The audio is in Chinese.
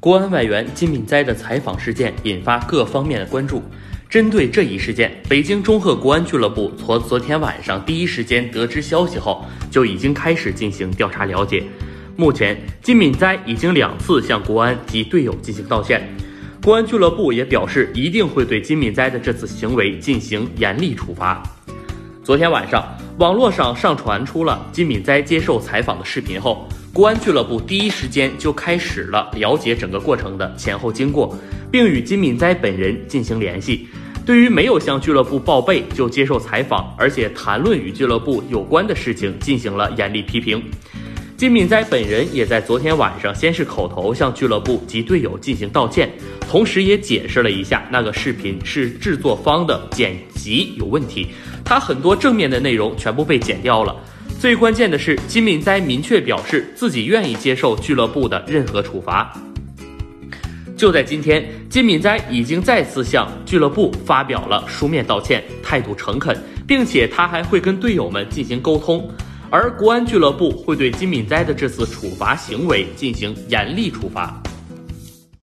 国安外援金敏哉的采访事件引发各方面的关注。针对这一事件，北京中赫国安俱乐部从昨天晚上第一时间得知消息后，就已经开始进行调查了解。目前，金敏哉已经2次向国安及队友进行道歉，国安俱乐部也表示一定会对金敏哉的这次行为进行严厉处罚。昨天晚上，网络上上传出了金敏哉接受采访的视频后，国安俱乐部第一时间就开始了了解整个过程的前后经过，并与金敏哉本人进行联系。对于没有向俱乐部报备就接受采访，而且谈论与俱乐部有关的事情，进行了严厉批评。金敏哉本人也在昨天晚上先是口头向俱乐部及队友进行道歉，同时也解释了一下那个视频是制作方的剪辑有问题，他很多正面的内容全部被剪掉了。最关键的是，金敏哉明确表示自己愿意接受俱乐部的任何处罚。就在今天，金敏哉已经再次向俱乐部发表了书面道歉，态度诚恳，并且他还会跟队友们进行沟通。而国安俱乐部会对金敏哉的这次处罚行为进行严厉处罚。